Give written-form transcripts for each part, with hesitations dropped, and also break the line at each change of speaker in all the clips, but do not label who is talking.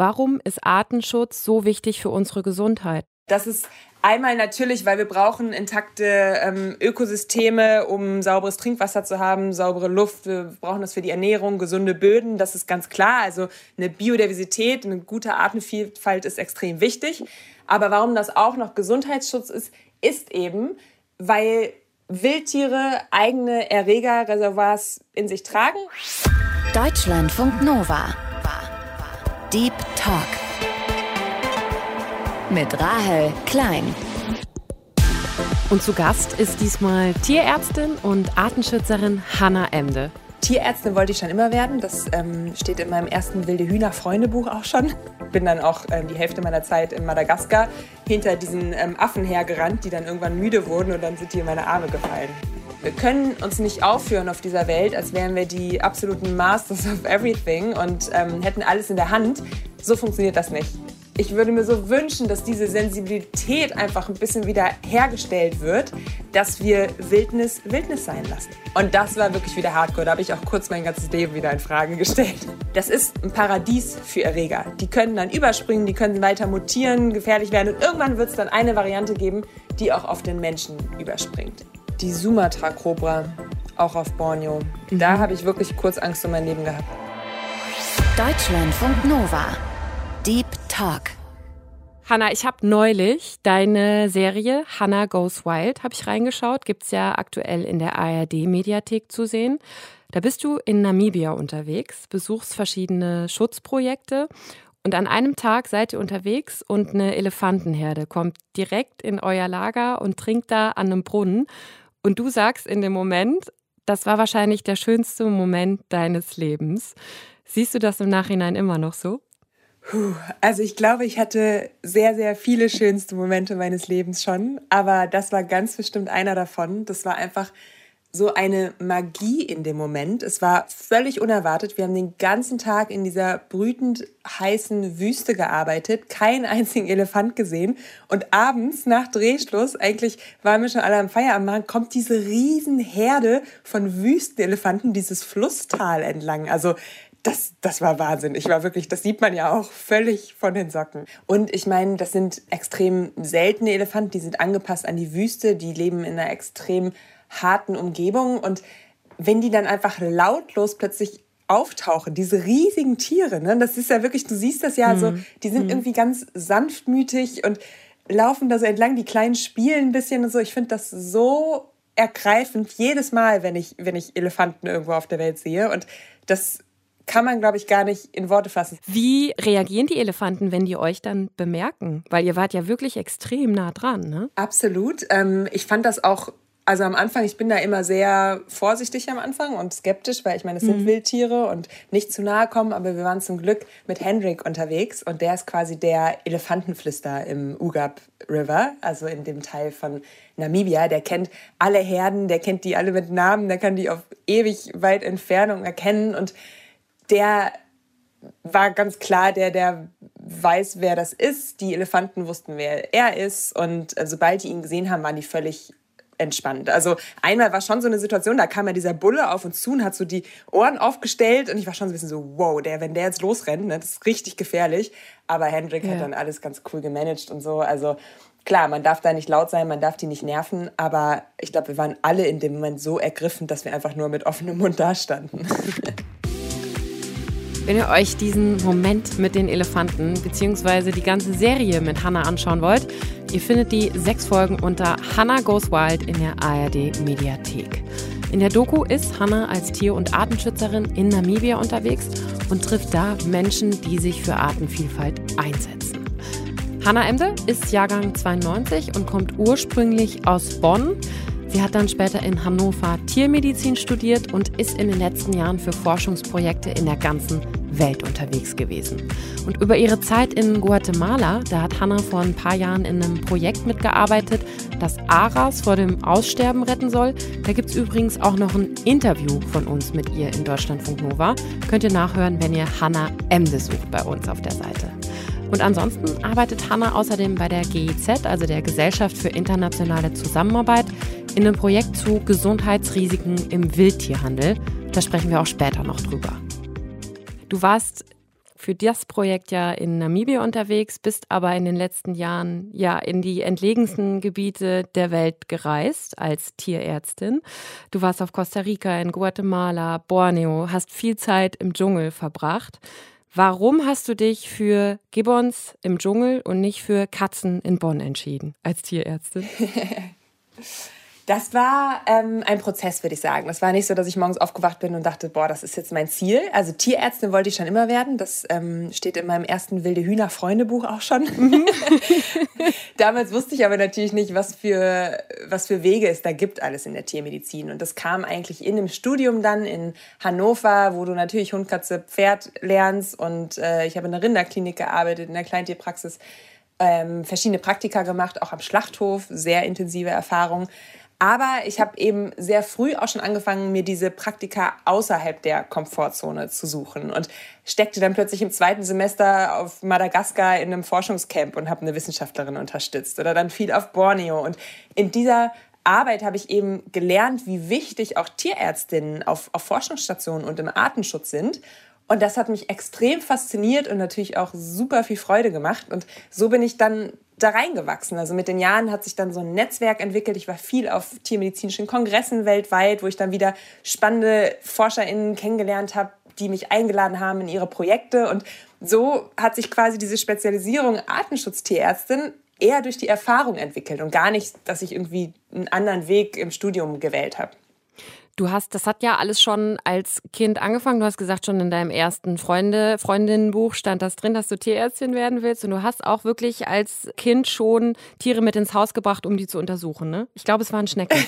Warum ist Artenschutz so wichtig für unsere Gesundheit?
Das ist einmal natürlich, weil wir brauchen intakte Ökosysteme, um sauberes Trinkwasser zu haben, saubere Luft. Wir brauchen das für die Ernährung, gesunde Böden, das ist ganz klar. Also eine Biodiversität, eine gute Artenvielfalt ist extrem wichtig. Aber warum das auch noch Gesundheitsschutz ist eben, weil Wildtiere eigene Erregerreservoirs in sich tragen.
Deutschlandfunk Nova. Deep Talk. Mit Rahel Klein.
Und zu Gast ist diesmal Tierärztin und Artenschützerin Hannah Emde.
Tierärztin wollte ich schon immer werden. Das steht in meinem ersten Wilde-Hühner-Freunde-Buch auch schon. Bin dann auch die Hälfte meiner Zeit in Madagaskar hinter diesen Affen hergerannt, die dann irgendwann müde wurden und dann sind die in meine Arme gefallen. Wir können uns nicht aufführen auf dieser Welt, als wären wir die absoluten Masters of Everything und hätten alles in der Hand. So funktioniert das nicht. Ich würde mir so wünschen, dass diese Sensibilität einfach ein bisschen wieder hergestellt wird, dass wir Wildnis sein lassen. Und das war wirklich wieder Hardcore. Da habe ich auch kurz mein ganzes Leben wieder in Frage gestellt. Das ist ein Paradies für Erreger. Die können dann überspringen, die können weiter mutieren, gefährlich werden. Und irgendwann wird es dann eine Variante geben, die auch auf den Menschen überspringt. Die Sumatra-Kobra, auch auf Borneo. Da habe ich wirklich kurz Angst um mein Leben gehabt.
Deutschlandfunk Nova. Deep Talk.
Hannah, ich habe neulich deine Serie Hannah Goes Wild, habe ich reingeschaut. Gibt es ja aktuell in der ARD-Mediathek zu sehen. Da bist du in Namibia unterwegs, besuchst verschiedene Schutzprojekte. Und an einem Tag seid ihr unterwegs und eine Elefantenherde kommt direkt in euer Lager und trinkt da an einem Brunnen. Und du sagst in dem Moment, das war wahrscheinlich der schönste Moment deines Lebens. Siehst du das im Nachhinein immer noch so?
Also ich glaube, ich hatte sehr, sehr viele schönste Momente meines Lebens schon. Aber das war ganz bestimmt einer davon. Das war einfach so eine Magie in dem Moment. Es war völlig unerwartet. Wir haben den ganzen Tag in dieser brütend heißen Wüste gearbeitet, keinen einzigen Elefant gesehen. Und abends nach Drehschluss, eigentlich waren wir schon alle am Feierabend machen, kommt diese riesen Herde von Wüstenelefanten dieses Flusstal entlang. Also das war Wahnsinn. Ich war wirklich, das sieht man ja auch, völlig von den Socken. Und ich meine, das sind extrem seltene Elefanten, die sind angepasst an die Wüste, die leben in einer extrem harten Umgebung. Und wenn die dann einfach lautlos plötzlich auftauchen, diese riesigen Tiere, ne, das ist ja wirklich, du siehst das ja so, die sind irgendwie ganz sanftmütig und laufen da so entlang, die Kleinen spielen ein bisschen und so. Ich finde das so ergreifend jedes Mal, wenn ich Elefanten irgendwo auf der Welt sehe. Und das kann man, glaube ich, gar nicht in Worte fassen.
Wie reagieren die Elefanten, wenn die euch dann bemerken? Weil ihr wart ja wirklich extrem nah dran, ne?
Absolut. Ich fand das auch, also am Anfang, ich bin da immer sehr vorsichtig am Anfang und skeptisch, weil ich meine, es sind Wildtiere und nicht zu nahe kommen, aber wir waren zum Glück mit Hendrik unterwegs und der ist quasi der Elefantenflüster im Ugab River, also in dem Teil von Namibia. Der kennt alle Herden, der kennt die alle mit Namen, der kann die auf ewig weit Entfernung erkennen und der war ganz klar, der weiß, wer das ist. Die Elefanten wussten, wer er ist. Und sobald die ihn gesehen haben, waren die völlig entspannt. Also einmal war schon so eine Situation, da kam ja dieser Bulle auf uns zu und hat so die Ohren aufgestellt. Und ich war schon so ein bisschen so, wow, wenn der jetzt losrennt, ne, das ist richtig gefährlich. Aber Hendrik hat dann alles ganz cool gemanagt und so. Also klar, man darf da nicht laut sein, man darf die nicht nerven. Aber ich glaube, wir waren alle in dem Moment so ergriffen, dass wir einfach nur mit offenem Mund dastanden.
Wenn ihr euch diesen Moment mit den Elefanten bzw. die ganze Serie mit Hannah anschauen wollt, ihr findet die 6 Folgen unter Hannah Goes Wild in der ARD-Mediathek. In der Doku ist Hannah als Tier- und Artenschützerin in Namibia unterwegs und trifft da Menschen, die sich für Artenvielfalt einsetzen. Hannah Emde ist Jahrgang 92 und kommt ursprünglich aus Bonn. Sie hat dann später in Hannover Tiermedizin studiert und ist in den letzten Jahren für Forschungsprojekte in der ganzen Welt unterwegs gewesen. Und über ihre Zeit in Guatemala, da hat Hannah vor ein paar Jahren in einem Projekt mitgearbeitet, das Aras vor dem Aussterben retten soll. Da gibt es übrigens auch noch ein Interview von uns mit ihr in Deutschlandfunk Nova. Könnt ihr nachhören, wenn ihr Hannah Emde sucht bei uns auf der Seite. Und ansonsten arbeitet Hannah außerdem bei der GIZ, also der Gesellschaft für internationale Zusammenarbeit, in einem Projekt zu Gesundheitsrisiken im Wildtierhandel. Da sprechen wir auch später noch drüber. Du warst für das Projekt ja in Namibia unterwegs, bist aber in den letzten Jahren ja in die entlegensten Gebiete der Welt gereist als Tierärztin. Du warst auf Costa Rica, in Guatemala, Borneo, hast viel Zeit im Dschungel verbracht. Warum hast du dich für Gibbons im Dschungel und nicht für Katzen in Bonn entschieden als Tierärztin?
Das war ein Prozess, würde ich sagen. Das war nicht so, dass ich morgens aufgewacht bin und dachte, boah, das ist jetzt mein Ziel. Also Tierärztin wollte ich schon immer werden. Das steht in meinem ersten Wilde-Hühner-Freunde-Buch auch schon. Damals wusste ich aber natürlich nicht, was für Wege es da gibt, alles in der Tiermedizin. Und das kam eigentlich in dem Studium dann in Hannover, wo du natürlich Hund, Katze, Pferd lernst. Und ich habe in der Rinderklinik gearbeitet, in der Kleintierpraxis, verschiedene Praktika gemacht, auch am Schlachthof, sehr intensive Erfahrung. Aber ich habe eben sehr früh auch schon angefangen, mir diese Praktika außerhalb der Komfortzone zu suchen und steckte dann plötzlich im 2. Semester auf Madagaskar in einem Forschungscamp und habe eine Wissenschaftlerin unterstützt oder dann viel auf Borneo. Und in dieser Arbeit habe ich eben gelernt, wie wichtig auch Tierärztinnen auf Forschungsstationen und im Artenschutz sind. Und das hat mich extrem fasziniert und natürlich auch super viel Freude gemacht. Und so bin ich dann da reingewachsen. Also mit den Jahren hat sich dann so ein Netzwerk entwickelt. Ich war viel auf tiermedizinischen Kongressen weltweit, wo ich dann wieder spannende ForscherInnen kennengelernt habe, die mich eingeladen haben in ihre Projekte. Und so hat sich quasi diese Spezialisierung Artenschutztierärztin eher durch die Erfahrung entwickelt und gar nicht, dass ich irgendwie einen anderen Weg im Studium gewählt habe.
Das hat ja alles schon als Kind angefangen. Du hast gesagt, schon in deinem ersten Freundinnenbuch stand das drin, dass du Tierärztin werden willst. Und du hast auch wirklich als Kind schon Tiere mit ins Haus gebracht, um die zu untersuchen, ne? Ich glaube, es waren Schnecken.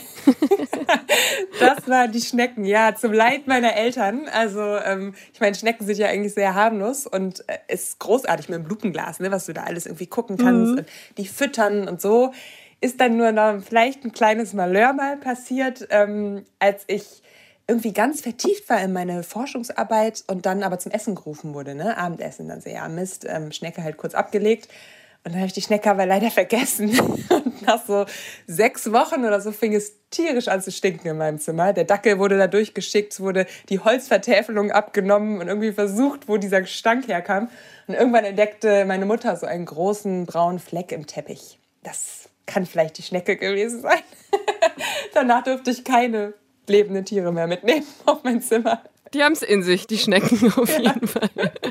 Das waren die Schnecken, ja, zum Leid meiner Eltern. Also ich meine, Schnecken sind ja eigentlich sehr harmlos und ist großartig mit dem Blutenglas, ne, was du da alles irgendwie gucken kannst und die füttern und so. Ist dann nur noch vielleicht ein kleines Malheur mal passiert, als ich irgendwie ganz vertieft war in meine Forschungsarbeit und dann aber zum Essen gerufen wurde, ne? Abendessen. Dann so, ja, Mist, Schnecke halt kurz abgelegt. Und dann habe ich die Schnecke aber leider vergessen. Und nach so 6 Wochen oder so fing es tierisch an zu stinken in meinem Zimmer. Der Dackel wurde da durchgeschickt, es wurde die Holzvertäfelung abgenommen und irgendwie versucht, wo dieser Gestank herkam. Und irgendwann entdeckte meine Mutter so einen großen braunen Fleck im Teppich. Das kann vielleicht die Schnecke gewesen sein. Danach durfte ich keine lebenden Tiere mehr mitnehmen auf mein Zimmer.
Die haben es in sich, die Schnecken auf jeden Fall.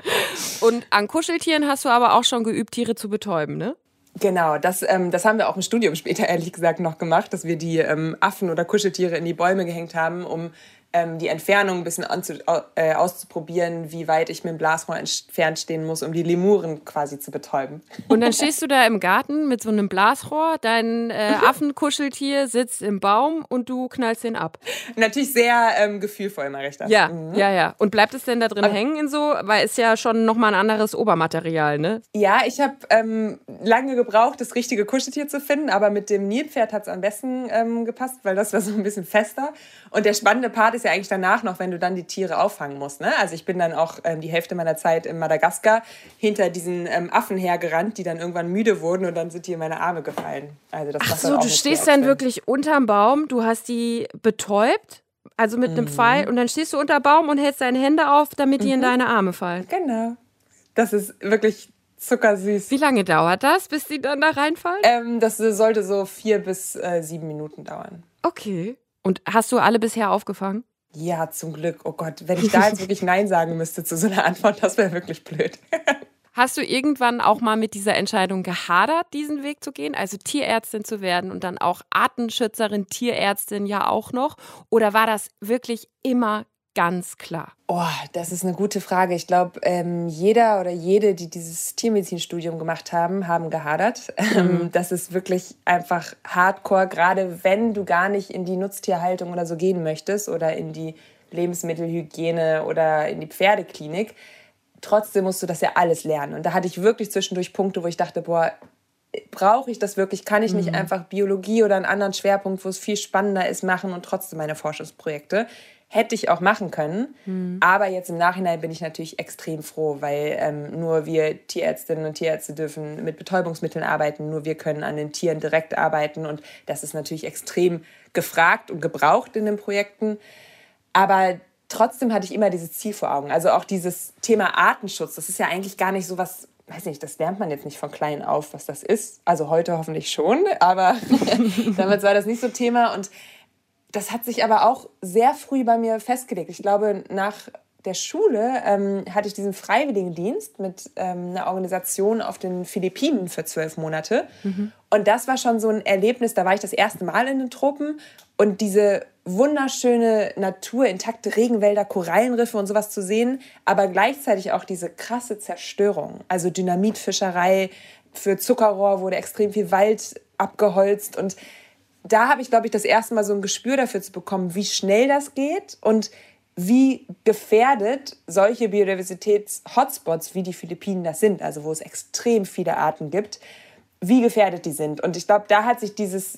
Und an Kuscheltieren hast du aber auch schon geübt, Tiere zu betäuben, ne?
Genau, das haben wir auch im Studium später ehrlich gesagt noch gemacht, dass wir die Affen oder Kuscheltiere in die Bäume gehängt haben, um die Entfernung ein bisschen auszuprobieren, wie weit ich mit dem Blasrohr entfernt stehen muss, um die Lemuren quasi zu betäuben.
Und dann stehst du da im Garten mit so einem Blasrohr, dein Affenkuscheltier sitzt im Baum und du knallst den ab.
Natürlich sehr gefühlvoll, mache ich das.
Ja, ja. Und bleibt es denn da drin hängen in so, weil es ja schon nochmal ein anderes Obermaterial, ne?
Ja, ich habe lange gebraucht, das richtige Kuscheltier zu finden, aber mit dem Nilpferd hat es am besten gepasst, weil das war so ein bisschen fester. Und der spannende Part ist ja eigentlich danach noch, wenn du dann die Tiere auffangen musst. Ne? Also ich bin dann auch die Hälfte meiner Zeit in Madagaskar hinter diesen Affen hergerannt, die dann irgendwann müde wurden und dann sind die in meine Arme gefallen. Also das
Ach so, du stehst dann wirklich unterm Baum, du hast die betäubt, also mit einem Pfeil und dann stehst du unter Baum und hältst deine Hände auf, damit die in deine Arme fallen.
Genau. Das ist wirklich zuckersüß.
Wie lange dauert das, bis die dann da reinfallen?
Das sollte so 4 bis 7 Minuten dauern.
Okay. Und hast du alle bisher aufgefangen?
Ja, zum Glück. Oh Gott, wenn ich da jetzt wirklich Nein sagen müsste zu so einer Antwort, das wäre wirklich blöd.
Hast du irgendwann auch mal mit dieser Entscheidung gehadert, diesen Weg zu gehen? Also Tierärztin zu werden und dann auch Artenschützerin, Tierärztin ja auch noch? Oder war das wirklich immer ganz klar?
Oh, das ist eine gute Frage. Ich glaube, jeder oder jede, die dieses Tiermedizinstudium gemacht haben, haben gehadert. Das ist wirklich einfach hardcore, gerade wenn du gar nicht in die Nutztierhaltung oder so gehen möchtest oder in die Lebensmittelhygiene oder in die Pferdeklinik. Trotzdem musst du das ja alles lernen. Und da hatte ich wirklich zwischendurch Punkte, wo ich dachte, boah, brauche ich das wirklich? Kann ich nicht einfach Biologie oder einen anderen Schwerpunkt, wo es viel spannender ist, machen und trotzdem meine Forschungsprojekte? Hätte ich auch machen können. Aber jetzt im Nachhinein bin ich natürlich extrem froh, weil nur wir Tierärztinnen und Tierärzte dürfen mit Betäubungsmitteln arbeiten, nur wir können an den Tieren direkt arbeiten und das ist natürlich extrem gefragt und gebraucht in den Projekten. Aber trotzdem hatte ich immer dieses Ziel vor Augen. Also auch dieses Thema Artenschutz, das ist ja eigentlich gar nicht so was, weiß nicht, das lernt man jetzt nicht von klein auf, was das ist. Also heute hoffentlich schon, aber damals war das nicht so Thema. Und das hat sich aber auch sehr früh bei mir festgelegt. Ich glaube, nach der Schule hatte ich diesen Freiwilligendienst mit einer Organisation auf den Philippinen für 12 Monate. Und das war schon so ein Erlebnis, da war ich das erste Mal in den Tropen und diese wunderschöne Natur, intakte Regenwälder, Korallenriffe und sowas zu sehen, aber gleichzeitig auch diese krasse Zerstörung, also Dynamitfischerei, für Zuckerrohr wurde extrem viel Wald abgeholzt und da habe ich, glaube ich, das erste Mal so ein Gespür dafür zu bekommen, wie schnell das geht und wie gefährdet solche Biodiversitäts-Hotspots wie die Philippinen das sind, also wo es extrem viele Arten gibt, wie gefährdet die sind. Und ich glaube, da hat sich dieses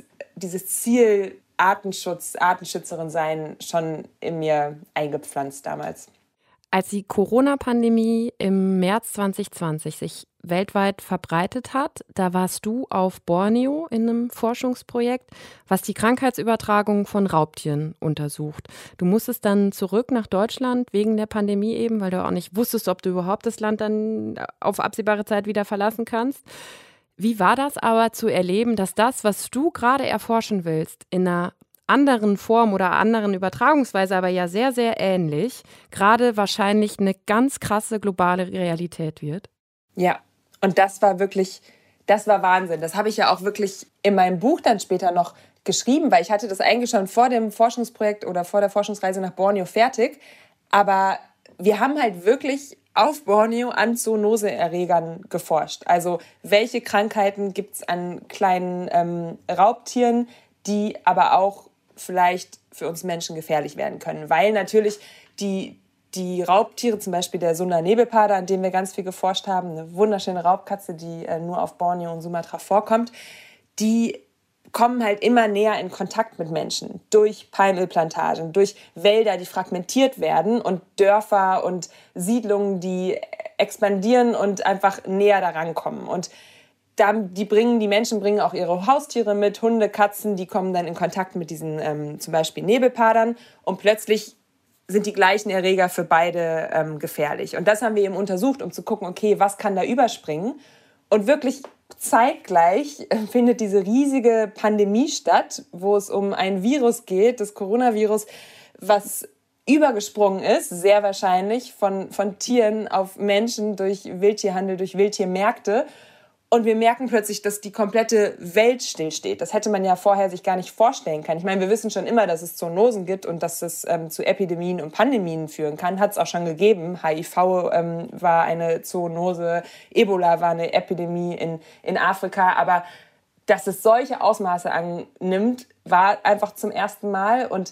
Ziel Artenschutz, Artenschützerin sein schon in mir eingepflanzt damals.
Als die Corona-Pandemie im März 2020 sich weltweit verbreitet hat, da warst du auf Borneo in einem Forschungsprojekt, was die Krankheitsübertragung von Raubtieren untersucht. Du musstest dann zurück nach Deutschland wegen der Pandemie eben, weil du auch nicht wusstest, ob du überhaupt das Land dann auf absehbare Zeit wieder verlassen kannst. Wie war das aber zu erleben, dass das, was du gerade erforschen willst, in einer anderen Form oder anderen Übertragungsweise, aber ja sehr, sehr ähnlich, gerade wahrscheinlich eine ganz krasse globale Realität wird?
Ja, und das war Wahnsinn. Das habe ich ja auch wirklich in meinem Buch dann später noch geschrieben, weil ich hatte das eigentlich schon vor dem Forschungsprojekt oder vor der Forschungsreise nach Borneo fertig. Aber wir haben halt wirklich auf Borneo an Zoonoseerregern geforscht. Also welche Krankheiten gibt es an kleinen Raubtieren, die aber auch vielleicht für uns Menschen gefährlich werden können. Weil natürlich die Raubtiere, zum Beispiel der Sunda-Nebelpader, an dem wir ganz viel geforscht haben, eine wunderschöne Raubkatze, die nur auf Borneo und Sumatra vorkommt, die kommen halt immer näher in Kontakt mit Menschen durch Palmölplantagen, durch Wälder, die fragmentiert werden und Dörfer und Siedlungen, die expandieren und einfach näher daran kommen. Und die Menschen bringen auch ihre Haustiere mit, Hunde, Katzen, die kommen dann in Kontakt mit diesen zum Beispiel Nebelpadern und plötzlich sind die gleichen Erreger für beide gefährlich. Und das haben wir eben untersucht, um zu gucken, okay, was kann da überspringen? Und wirklich zeitgleich findet diese riesige Pandemie statt, wo es um ein Virus geht, das Coronavirus, was übergesprungen ist, sehr wahrscheinlich von Tieren auf Menschen durch Wildtierhandel, durch Wildtiermärkte. Und wir merken plötzlich, dass die komplette Welt stillsteht. Das hätte man ja vorher sich gar nicht vorstellen können. Ich meine, wir wissen schon immer, dass es Zoonosen gibt und dass es zu Epidemien und Pandemien führen kann. Hat es auch schon gegeben. HIV war eine Zoonose, Ebola war eine Epidemie in Afrika. Aber dass es solche Ausmaße annimmt, war einfach zum ersten Mal. Und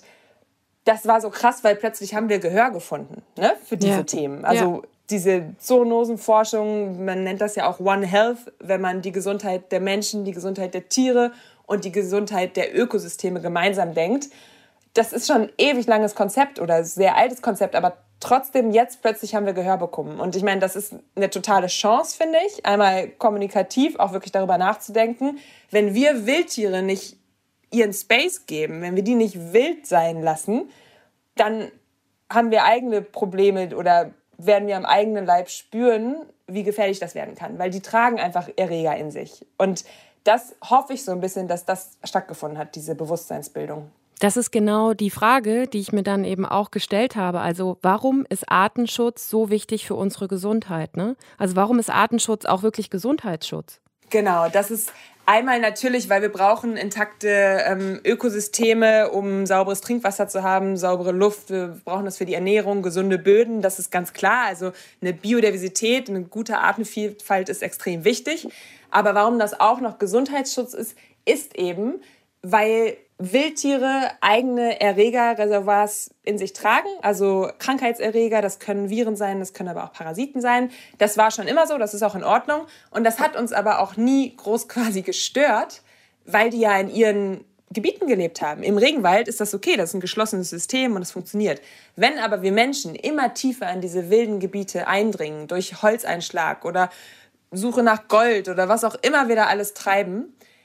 das war so krass, weil plötzlich haben wir Gehör gefunden, ne, für diese Themen. Also diese Zoonosenforschung, man nennt das ja auch One Health, wenn man die Gesundheit der Menschen, die Gesundheit der Tiere und die Gesundheit der Ökosysteme gemeinsam denkt. Das ist schon ein ewig langes Konzept oder ein sehr altes Konzept, aber trotzdem jetzt plötzlich haben wir Gehör bekommen. Und ich meine, das ist eine totale Chance, finde ich, einmal kommunikativ auch wirklich darüber nachzudenken, wenn wir Wildtiere nicht ihren Space geben, wenn wir die nicht wild sein lassen, dann haben wir eigene Probleme oder werden wir am eigenen Leib spüren, wie gefährlich das werden kann. Weil die tragen einfach Erreger in sich. Und das hoffe ich so ein bisschen, dass das stattgefunden hat, diese Bewusstseinsbildung.
Das ist genau die Frage, die ich mir dann eben auch gestellt habe. Also warum ist Artenschutz so wichtig für unsere Gesundheit, ne? Also warum ist Artenschutz auch wirklich Gesundheitsschutz?
Genau, das ist einmal natürlich, weil wir brauchen intakte Ökosysteme, um sauberes Trinkwasser zu haben, saubere Luft. Wir brauchen das für die Ernährung, gesunde Böden, das ist ganz klar. Also eine Biodiversität, eine gute Artenvielfalt ist extrem wichtig. Aber warum das auch noch Gesundheitsschutz ist eben, weil Wildtiere eigene Erregerreservoirs in sich tragen, also Krankheitserreger, das können Viren sein, das können aber auch Parasiten sein. Das war schon immer so, das ist auch in Ordnung. Und das hat uns aber auch nie groß quasi gestört, weil die ja in ihren Gebieten gelebt haben. Im Regenwald ist das okay, das ist ein geschlossenes System und es funktioniert. Wenn aber wir Menschen immer tiefer in diese wilden Gebiete eindringen, durch Holzeinschlag oder Suche nach Gold oder was auch immer wir da alles treiben,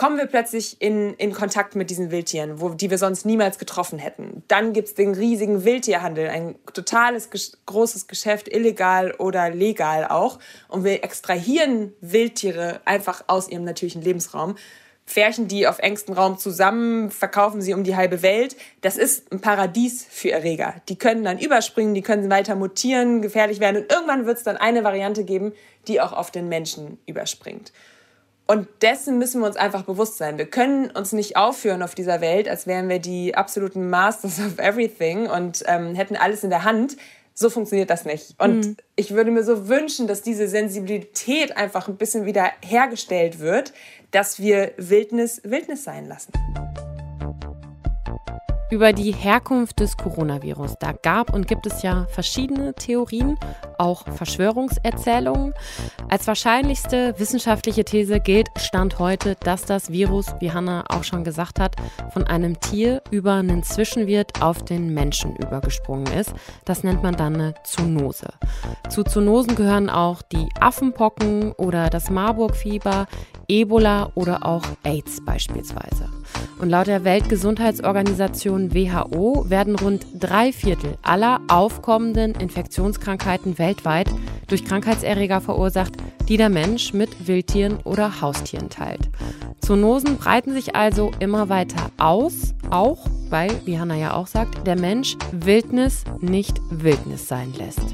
kommen wir plötzlich in Kontakt mit diesen Wildtieren, die wir sonst niemals getroffen hätten. Dann gibt es den riesigen Wildtierhandel, ein totales großes Geschäft, illegal oder legal auch. Und wir extrahieren Wildtiere einfach aus ihrem natürlichen Lebensraum, pferchen die auf engstem Raum zusammen, verkaufen sie um die halbe Welt. Das ist ein Paradies für Erreger. Die können dann überspringen, die können weiter mutieren, gefährlich werden. Und irgendwann wird es dann eine Variante geben, die auch auf den Menschen überspringt. Und dessen müssen wir uns einfach bewusst sein. Wir können uns nicht aufführen auf dieser Welt, als wären wir die absoluten Masters of everything und hätten alles in der Hand. So funktioniert das nicht. Und ich würde mir so wünschen, dass diese Sensibilität einfach ein bisschen wieder hergestellt wird, dass wir Wildnis sein lassen.
Über die Herkunft des Coronavirus, da gab und gibt es ja verschiedene Theorien, auch Verschwörungserzählungen. Als wahrscheinlichste wissenschaftliche These gilt Stand heute, dass das Virus, wie Hannah auch schon gesagt hat, von einem Tier über einen Zwischenwirt auf den Menschen übergesprungen ist. Das nennt man dann eine Zoonose. Zu Zoonosen gehören auch die Affenpocken oder das Marburg-Fieber, Ebola oder auch AIDS beispielsweise. Und laut der Weltgesundheitsorganisation WHO werden rund 3/4 aller aufkommenden Infektionskrankheiten weltweit durch Krankheitserreger verursacht, die der Mensch mit Wildtieren oder Haustieren teilt. Zoonosen breiten sich also immer weiter aus, auch weil, wie Hannah ja auch sagt, der Mensch Wildnis nicht Wildnis sein lässt.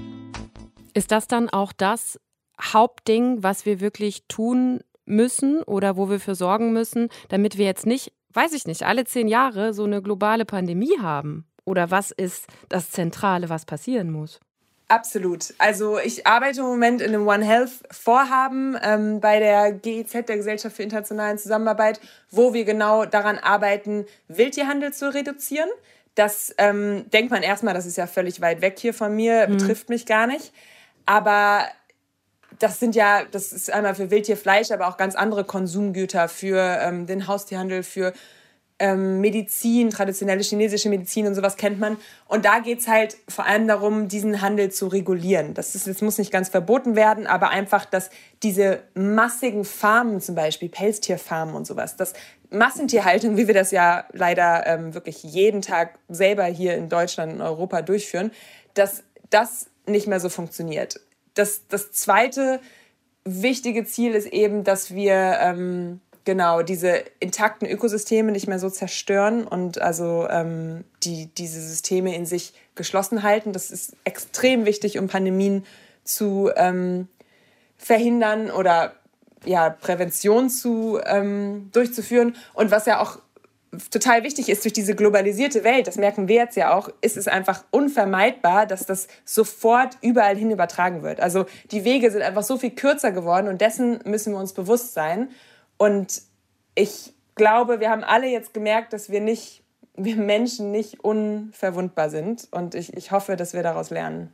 Ist das dann auch das Hauptding, was wir wirklich tun müssen oder wo wir für sorgen müssen, damit wir jetzt nicht, weiß ich nicht, alle 10 Jahre so eine globale Pandemie haben? Oder was ist das Zentrale, was passieren muss?
Absolut. Also ich arbeite im Moment in einem One Health-Vorhaben bei der GIZ, der Gesellschaft für internationale Zusammenarbeit, wo wir genau daran arbeiten, Wildtierhandel zu reduzieren. Das denkt man erstmal, das ist ja völlig weit weg hier von mir, betrifft mich gar nicht. Aber das ist einmal für Wildtierfleisch, aber auch ganz andere Konsumgüter für den Haustierhandel, für Medizin, traditionelle chinesische Medizin und sowas kennt man. Und da geht es halt vor allem darum, diesen Handel zu regulieren. Das muss nicht ganz verboten werden, aber einfach, dass diese massigen Farmen, zum Beispiel Pelztierfarmen und sowas, dass Massentierhaltung, wie wir das ja leider wirklich jeden Tag selber hier in Deutschland und Europa durchführen, dass das nicht mehr so funktioniert. Das zweite wichtige Ziel ist eben, dass wir diese intakten Ökosysteme nicht mehr so zerstören und also diese Systeme in sich geschlossen halten. Das ist extrem wichtig, um Pandemien zu verhindern oder Prävention durchzuführen. Und was ja auch total wichtig ist, durch diese globalisierte Welt, das merken wir jetzt ja auch, ist es einfach unvermeidbar, dass das sofort überall hin übertragen wird. Also die Wege sind einfach so viel kürzer geworden und dessen müssen wir uns bewusst sein. Und ich glaube, wir haben alle jetzt gemerkt, dass wir Menschen nicht unverwundbar sind. Und ich hoffe, dass wir daraus lernen.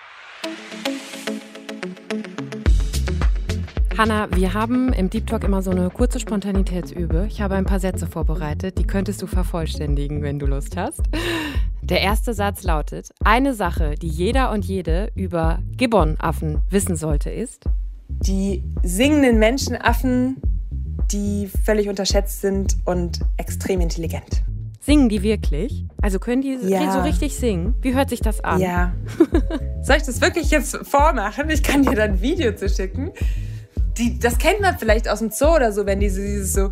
Hannah, wir haben im Deep Talk immer so eine kurze Spontanitätsübe. Ich habe ein paar Sätze vorbereitet, die könntest du vervollständigen, wenn du Lust hast. Der erste Satz lautet: Eine Sache, die jeder und jede über Gibbonaffen wissen sollte, ist:
Die singenden Menschenaffen, die völlig unterschätzt sind und extrem intelligent.
Singen die wirklich? Also können die so richtig singen? Wie hört sich das an?
Ja. Soll ich das wirklich jetzt vormachen? Ich kann dir dann ein Video zu schicken. Das kennt man vielleicht aus dem Zoo oder so, wenn dieses so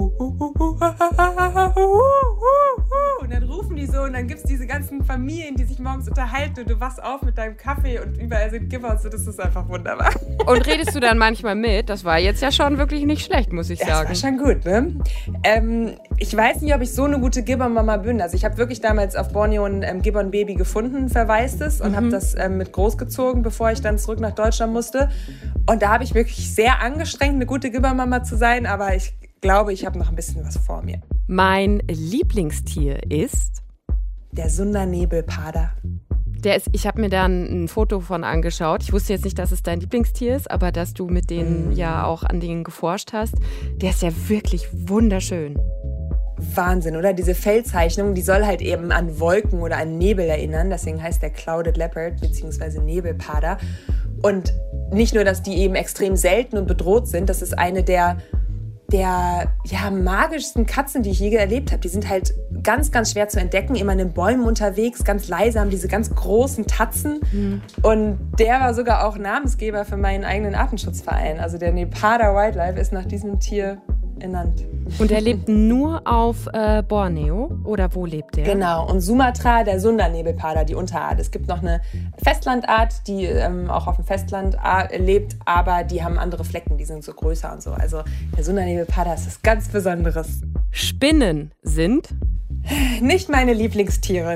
und dann rufen die so und dann gibt es diese ganzen Familien, die sich morgens unterhalten und du wachst auf mit deinem Kaffee und überall sind Gibbons und das ist einfach wunderbar.
Und redest du dann manchmal mit? Das war jetzt ja schon wirklich nicht schlecht, muss ich sagen.
Das war schon gut, ne? Ich weiß nicht, ob ich so eine gute Gibbon-Mama bin. Also ich habe wirklich damals auf Borneo ein Gibbon-Baby gefunden, verwaistes, und habe das mit großgezogen, bevor ich dann zurück nach Deutschland musste. Und da habe ich wirklich sehr angestrengt, eine gute Gibbon-Mama zu sein, aber ich glaube, ich habe noch ein bisschen was vor mir.
Mein Lieblingstier ist
der Sunda-Nebelpader.
Ich habe mir da ein Foto von angeschaut. Ich wusste jetzt nicht, dass es dein Lieblingstier ist, aber dass du mit denen ja auch an denen geforscht hast. Der ist ja wirklich wunderschön.
Wahnsinn, oder? Diese Fellzeichnung, die soll halt eben an Wolken oder an Nebel erinnern. Deswegen heißt der Clouded Leopard bzw. Nebelpader. Und nicht nur, dass die eben extrem selten und bedroht sind, das ist eine der der magischsten Katzen, die ich je erlebt habe. Die sind halt ganz, ganz schwer zu entdecken, immer in den Bäumen unterwegs, ganz leise, haben diese ganz großen Tatzen. Und der war sogar auch Namensgeber für meinen eigenen Artenschutzverein. Also der Nepada Wildlife ist nach diesem Tier ernannt.
Und er lebt nur auf Borneo? Oder wo lebt er?
Genau. Und Sumatra, der Sunda-Nebelpader, die Unterart. Es gibt noch eine Festlandart, die auch auf dem Festland lebt, aber die haben andere Flecken, die sind so größer und so. Also der Sunda-Nebelpader ist was ganz Besonderes.
Spinnen sind?
Nicht meine Lieblingstiere.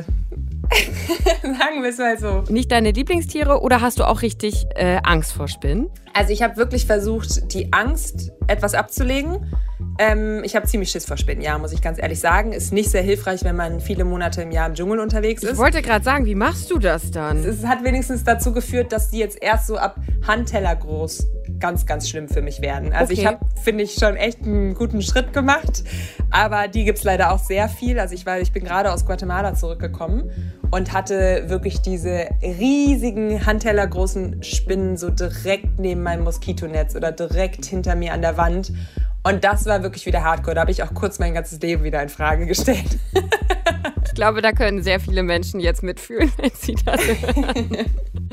Sagen wir es mal so.
Nicht deine Lieblingstiere oder hast du auch richtig Angst vor Spinnen?
Also ich habe wirklich versucht, die Angst etwas abzulegen. Ich habe ziemlich Schiss vor Spinnen, ja, muss ich ganz ehrlich sagen. Ist nicht sehr hilfreich, wenn man viele Monate im Jahr im Dschungel unterwegs ist.
Ich wollte gerade sagen, wie machst du das dann?
Es hat wenigstens dazu geführt, dass die jetzt erst so ab Handteller groß ganz, ganz schlimm für mich werden. Also
okay.
Ich habe, finde ich, schon echt einen guten Schritt gemacht. Aber die gibt es leider auch sehr viel. Also ich bin gerade aus Guatemala zurückgekommen und hatte wirklich diese riesigen handtellergroßen Spinnen so direkt neben meinem Moskitonetz oder direkt hinter mir an der Wand. Und das war wirklich wieder Hardcore. Da habe ich auch kurz mein ganzes Leben wieder in Frage gestellt.
Ich glaube, da können sehr viele Menschen jetzt mitfühlen, wenn sie das hören.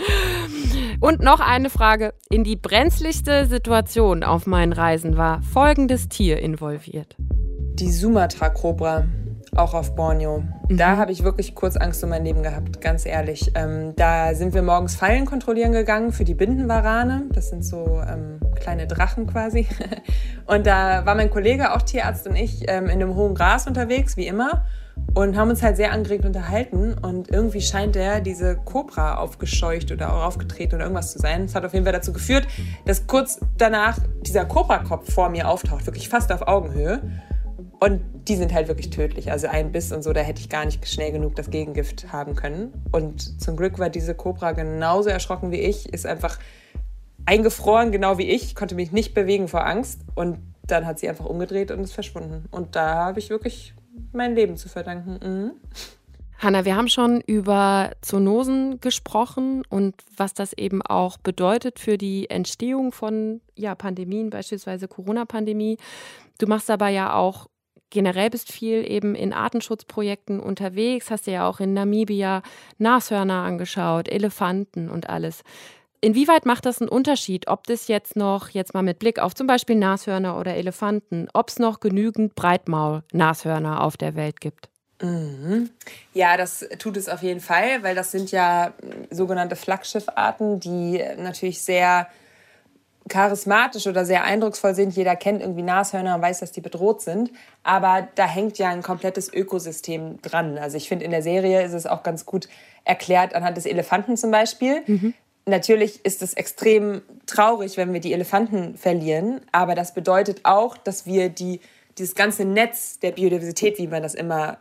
Und noch eine Frage. In die brenzligste Situation auf meinen Reisen war folgendes Tier involviert.
Die Sumatra-Kobra, auch auf Borneo. Da habe ich wirklich kurz Angst um mein Leben gehabt, ganz ehrlich. Da sind wir morgens Fallen kontrollieren gegangen für die Bindenwarane. Das sind so kleine Drachen quasi. Und da war mein Kollege, auch Tierarzt, und ich in dem hohen Gras unterwegs, wie immer. Und haben uns halt sehr angeregt unterhalten. Und irgendwie scheint der diese Kobra aufgescheucht oder auch aufgetreten oder irgendwas zu sein. Das hat auf jeden Fall dazu geführt, dass kurz danach dieser Kobrakopf vor mir auftaucht, wirklich fast auf Augenhöhe. Und die sind halt wirklich tödlich. Also ein Biss und so, da hätte ich gar nicht schnell genug das Gegengift haben können. Und zum Glück war diese Kobra genauso erschrocken wie ich, ist einfach eingefroren, genau wie ich, konnte mich nicht bewegen vor Angst. Und dann hat sie einfach umgedreht und ist verschwunden. Und da habe ich wirklich mein Leben zu verdanken. Mhm.
Hanna, wir haben schon über Zoonosen gesprochen und was das eben auch bedeutet für die Entstehung von Pandemien, beispielsweise Corona-Pandemie. Du machst aber ja auch generell bist viel eben in Artenschutzprojekten unterwegs, hast dir ja auch in Namibia Nashörner angeschaut, Elefanten und alles. Inwieweit macht das einen Unterschied, ob das jetzt mal mit Blick auf zum Beispiel Nashörner oder Elefanten, ob es noch genügend Breitmaul-Nashörner auf der Welt gibt?
Mhm. Ja, das tut es auf jeden Fall, weil das sind ja sogenannte Flaggschiffarten, die natürlich sehr charismatisch oder sehr eindrucksvoll sind. Jeder kennt irgendwie Nashörner und weiß, dass die bedroht sind. Aber da hängt ja ein komplettes Ökosystem dran. Also ich finde, in der Serie ist es auch ganz gut erklärt anhand des Elefanten zum Beispiel. Mhm. Natürlich ist es extrem traurig, wenn wir die Elefanten verlieren. Aber das bedeutet auch, dass wir dieses ganze Netz der Biodiversität, wie man das immer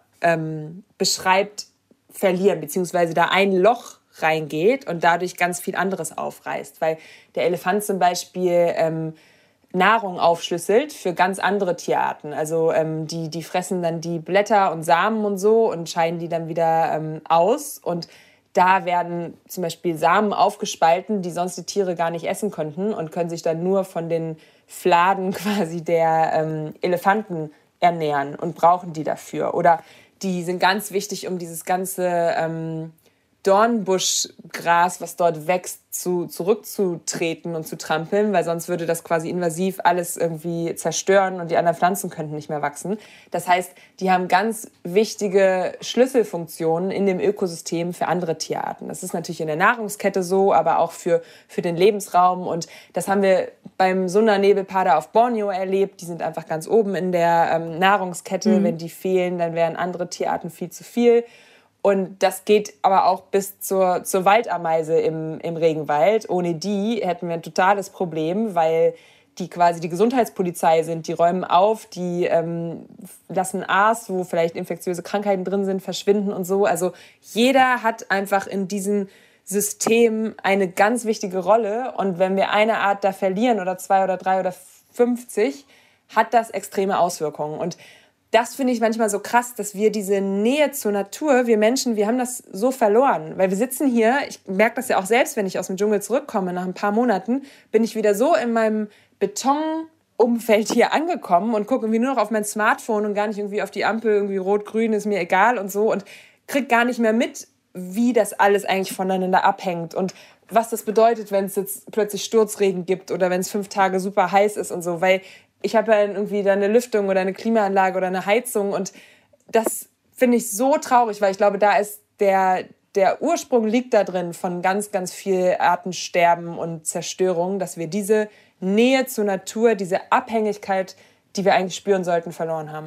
beschreibt, verlieren. Beziehungsweise da ein Loch reingeht und dadurch ganz viel anderes aufreißt. Weil der Elefant zum Beispiel Nahrung aufschlüsselt für ganz andere Tierarten. Also die fressen dann die Blätter und Samen und so und scheiden die dann wieder aus. Und da werden zum Beispiel Samen aufgespalten, die sonst die Tiere gar nicht essen konnten und können sich dann nur von den Fladen quasi der Elefanten ernähren und brauchen die dafür. Oder die sind ganz wichtig, um dieses ganze Dornbuschgras, was dort wächst, zurückzutreten und zu trampeln, weil sonst würde das quasi invasiv alles irgendwie zerstören und die anderen Pflanzen könnten nicht mehr wachsen. Das heißt, die haben ganz wichtige Schlüsselfunktionen in dem Ökosystem für andere Tierarten. Das ist natürlich in der Nahrungskette so, aber auch für den Lebensraum. Und das haben wir beim Sunda-Nebelpader auf Borneo erlebt. Die sind einfach ganz oben in der Nahrungskette. Mhm. Wenn die fehlen, dann wären andere Tierarten viel zu viel. Und das geht aber auch bis zur Waldameise im Regenwald. Ohne die hätten wir ein totales Problem, weil die quasi die Gesundheitspolizei sind. Die räumen auf, die lassen Aas, wo vielleicht infektiöse Krankheiten drin sind, verschwinden und so. Also jeder hat einfach in diesem System eine ganz wichtige Rolle. Und wenn wir eine Art da verlieren oder 2 oder 3 oder 50, hat das extreme Auswirkungen. Und das finde ich manchmal so krass, dass wir diese Nähe zur Natur, wir Menschen, wir haben das so verloren. Weil wir sitzen hier, ich merke das ja auch selbst, wenn ich aus dem Dschungel zurückkomme, nach ein paar Monaten, bin ich wieder so in meinem Beton, Umfeld hier angekommen und gucke irgendwie nur noch auf mein Smartphone und gar nicht irgendwie auf die Ampel, irgendwie rot-grün ist mir egal und so und kriege gar nicht mehr mit, wie das alles eigentlich voneinander abhängt und was das bedeutet, wenn es jetzt plötzlich Sturzregen gibt oder wenn es 5 Tage super heiß ist und so, weil ich habe ja irgendwie da eine Lüftung oder eine Klimaanlage oder eine Heizung und das finde ich so traurig, weil ich glaube, da ist der Ursprung liegt da drin von ganz, ganz viel Artensterben und Zerstörung, dass wir diese Nähe zur Natur, diese Abhängigkeit, die wir eigentlich spüren sollten, verloren haben.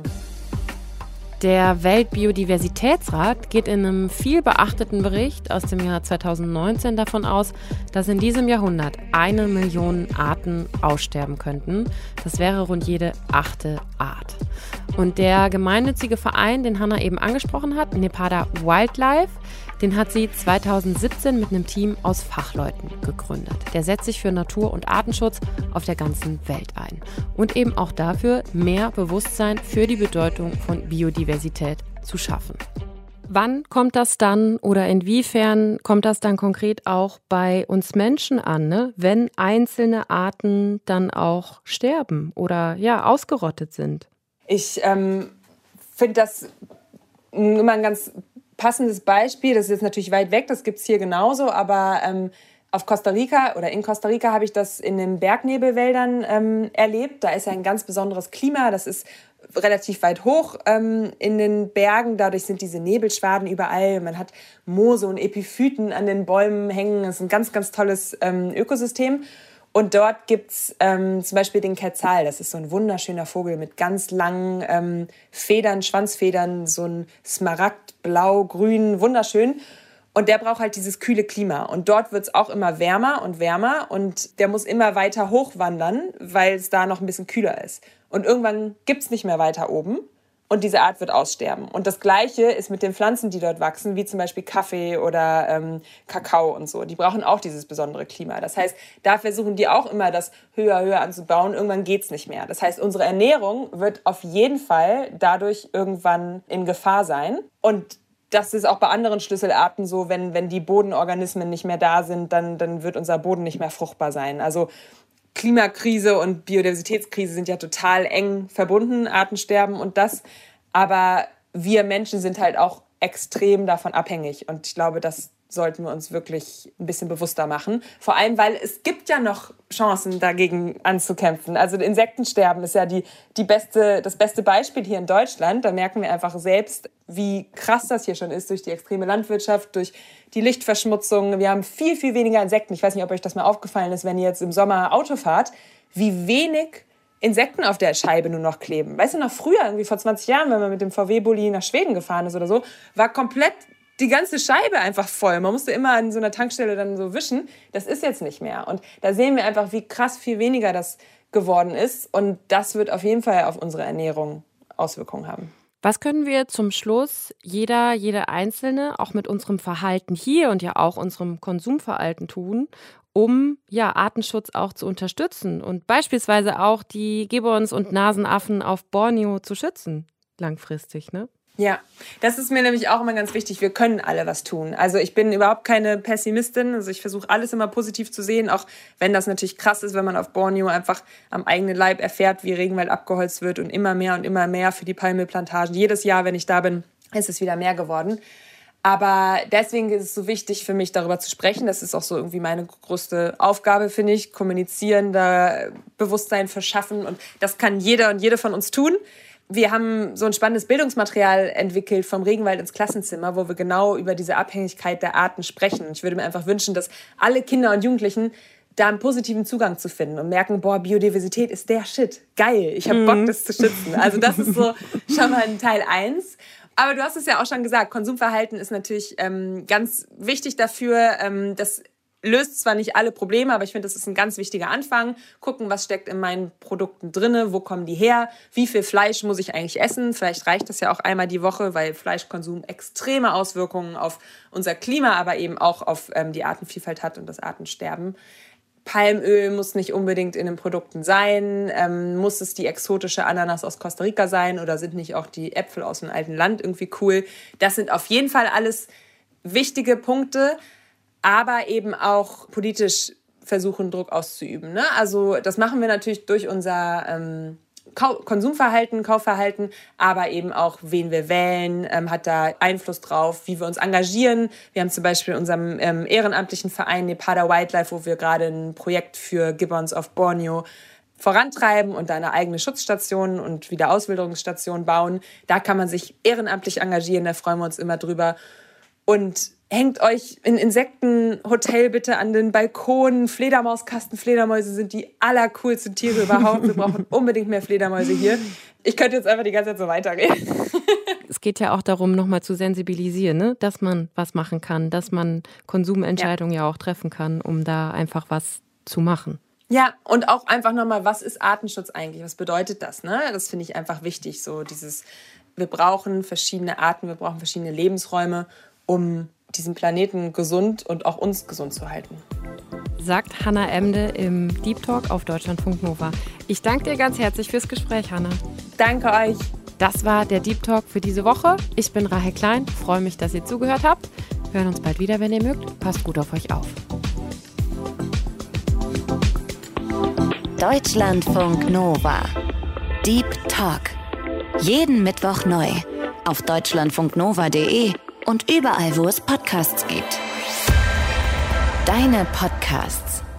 Der Weltbiodiversitätsrat geht in einem viel beachteten Bericht aus dem Jahr 2019 davon aus, dass in diesem Jahrhundert 1 Million Arten aussterben könnten. Das wäre rund jede 8. Art. Und der gemeinnützige Verein, den Hannah eben angesprochen hat, Nepada Wildlife, den hat sie 2017 mit einem Team aus Fachleuten gegründet. Der setzt sich für Natur- und Artenschutz auf der ganzen Welt ein. Und eben auch dafür, mehr Bewusstsein für die Bedeutung von Biodiversität zu schaffen. Wann kommt das dann oder inwiefern kommt das dann konkret auch bei uns Menschen an, ne? Wenn einzelne Arten dann auch sterben oder ausgerottet sind?
Ich finde das immer ein ganz passendes Beispiel. Das ist jetzt natürlich weit weg, das gibt es hier genauso, aber auf Costa Rica oder in Costa Rica habe ich das in den Bergnebelwäldern erlebt. Da ist ja ein ganz besonderes Klima, das ist relativ weit hoch in den Bergen. Dadurch sind diese Nebelschwaden überall. Man hat Moose und Epiphyten an den Bäumen hängen. Das ist ein ganz, ganz tolles Ökosystem. Und dort gibt es zum Beispiel den Quetzal. Das ist so ein wunderschöner Vogel mit ganz langen Federn, Schwanzfedern, so ein Smaragd, blau, grün, wunderschön. Und der braucht halt dieses kühle Klima. Und dort wird es auch immer wärmer und wärmer. Und der muss immer weiter hochwandern, weil es da noch ein bisschen kühler ist. Und irgendwann gibt es nicht mehr weiter oben. Und diese Art wird aussterben. Und das Gleiche ist mit den Pflanzen, die dort wachsen, wie zum Beispiel Kaffee oder Kakao und so. Die brauchen auch dieses besondere Klima. Das heißt, da versuchen die auch immer, das höher anzubauen. Irgendwann geht's nicht mehr. Das heißt, unsere Ernährung wird auf jeden Fall dadurch irgendwann in Gefahr sein. Und das ist auch bei anderen Schlüsselarten so, wenn die Bodenorganismen nicht mehr da sind, dann wird unser Boden nicht mehr fruchtbar sein. Also Klimakrise und Biodiversitätskrise sind ja total eng verbunden, Artensterben und das. Aber wir Menschen sind halt auch extrem davon abhängig. Und ich glaube, das sollten wir uns wirklich ein bisschen bewusster machen. Vor allem, weil es gibt ja noch Chancen, dagegen anzukämpfen. Also Insektensterben ist ja das beste Beispiel hier in Deutschland. Da merken wir einfach selbst, wie krass das hier schon ist durch die extreme Landwirtschaft, durch die Lichtverschmutzung. Wir haben viel, viel weniger Insekten. Ich weiß nicht, ob euch das mal aufgefallen ist, wenn ihr jetzt im Sommer Auto fahrt, wie wenig Insekten auf der Scheibe nur noch kleben. Weißt du, noch früher, irgendwie vor 20 Jahren, wenn man mit dem VW-Bulli nach Schweden gefahren ist oder so, war komplett die ganze Scheibe einfach voll. Man musste immer an so einer Tankstelle dann so wischen. Das ist jetzt nicht mehr. Und da sehen wir einfach, wie krass viel weniger das geworden ist. Und das wird auf jeden Fall auf unsere Ernährung Auswirkungen haben.
Was können wir zum Schluss, jede Einzelne, auch mit unserem Verhalten hier und ja auch unserem Konsumverhalten tun, um Artenschutz auch zu unterstützen und beispielsweise auch die Gibbons und Nasenaffen auf Borneo zu schützen, langfristig, ne?
Ja, das ist mir nämlich auch immer ganz wichtig. Wir können alle was tun. Also ich bin überhaupt keine Pessimistin. Also ich versuche alles immer positiv zu sehen, auch wenn das natürlich krass ist, wenn man auf Borneo einfach am eigenen Leib erfährt, wie Regenwald abgeholzt wird und immer mehr für die Palmölplantagen. Jedes Jahr, wenn ich da bin, ist es wieder mehr geworden. Aber deswegen ist es so wichtig für mich, darüber zu sprechen. Das ist auch so irgendwie meine größte Aufgabe, finde ich. Kommunizieren, da Bewusstsein verschaffen. Und das kann jeder und jede von uns tun. Wir haben so ein spannendes Bildungsmaterial entwickelt vom Regenwald ins Klassenzimmer, wo wir genau über diese Abhängigkeit der Arten sprechen. Ich würde mir einfach wünschen, dass alle Kinder und Jugendlichen da einen positiven Zugang zu finden und merken, Biodiversität ist der Shit. Geil, ich habe Bock, das zu schützen. Also das ist so schon mal ein Teil 1. Aber du hast es ja auch schon gesagt, Konsumverhalten ist natürlich ganz wichtig dafür. Das löst zwar nicht alle Probleme, aber ich finde, das ist ein ganz wichtiger Anfang. Gucken, was steckt in meinen Produkten drin, wo kommen die her, wie viel Fleisch muss ich eigentlich essen. Vielleicht reicht das ja auch einmal die Woche, weil Fleischkonsum extreme Auswirkungen auf unser Klima, aber eben auch auf die Artenvielfalt hat und das Artensterben. Palmöl muss nicht unbedingt in den Produkten sein. Muss es die exotische Ananas aus Costa Rica sein oder sind nicht auch die Äpfel aus dem alten Land irgendwie cool? Das sind auf jeden Fall alles wichtige Punkte, aber eben auch politisch versuchen, Druck auszuüben. Ne? Also das machen wir natürlich durch unser Konsumverhalten, Kaufverhalten, aber eben auch, wen wir wählen, hat da Einfluss drauf, wie wir uns engagieren. Wir haben zum Beispiel in unserem ehrenamtlichen Verein Nepada Wildlife, wo wir gerade ein Projekt für Gibbons of Borneo vorantreiben und da eine eigene Schutzstation und Wiederauswilderungsstation bauen. Da kann man sich ehrenamtlich engagieren, da freuen wir uns immer drüber. Und hängt euch in Insektenhotel bitte an den Balkon. Fledermauskasten. Fledermäuse sind die allercoolsten Tiere überhaupt. Wir brauchen unbedingt mehr Fledermäuse hier. Ich könnte jetzt einfach die ganze Zeit so weiterreden.
Es geht ja auch darum, nochmal zu sensibilisieren, ne? Dass man was machen kann, dass man Konsumentscheidungen ja auch treffen kann, um da einfach was zu machen.
Ja, und auch einfach nochmal, was ist Artenschutz eigentlich? Was bedeutet das? Ne? Das finde ich einfach wichtig. So wir brauchen verschiedene Arten, wir brauchen verschiedene Lebensräume, um diesen Planeten gesund und auch uns gesund zu halten.
Sagt Hannah Emde im Deep Talk auf Deutschlandfunk Nova. Ich danke dir ganz herzlich fürs Gespräch, Hannah.
Danke euch.
Das war der Deep Talk für diese Woche. Ich bin Rahel Klein, freue mich, dass ihr zugehört habt. Wir hören uns bald wieder, wenn ihr mögt. Passt gut auf euch auf.
Deutschlandfunk Nova. Deep Talk. Jeden Mittwoch neu. Auf deutschlandfunknova.de und überall, wo es Podcasts gibt. Deine Podcasts.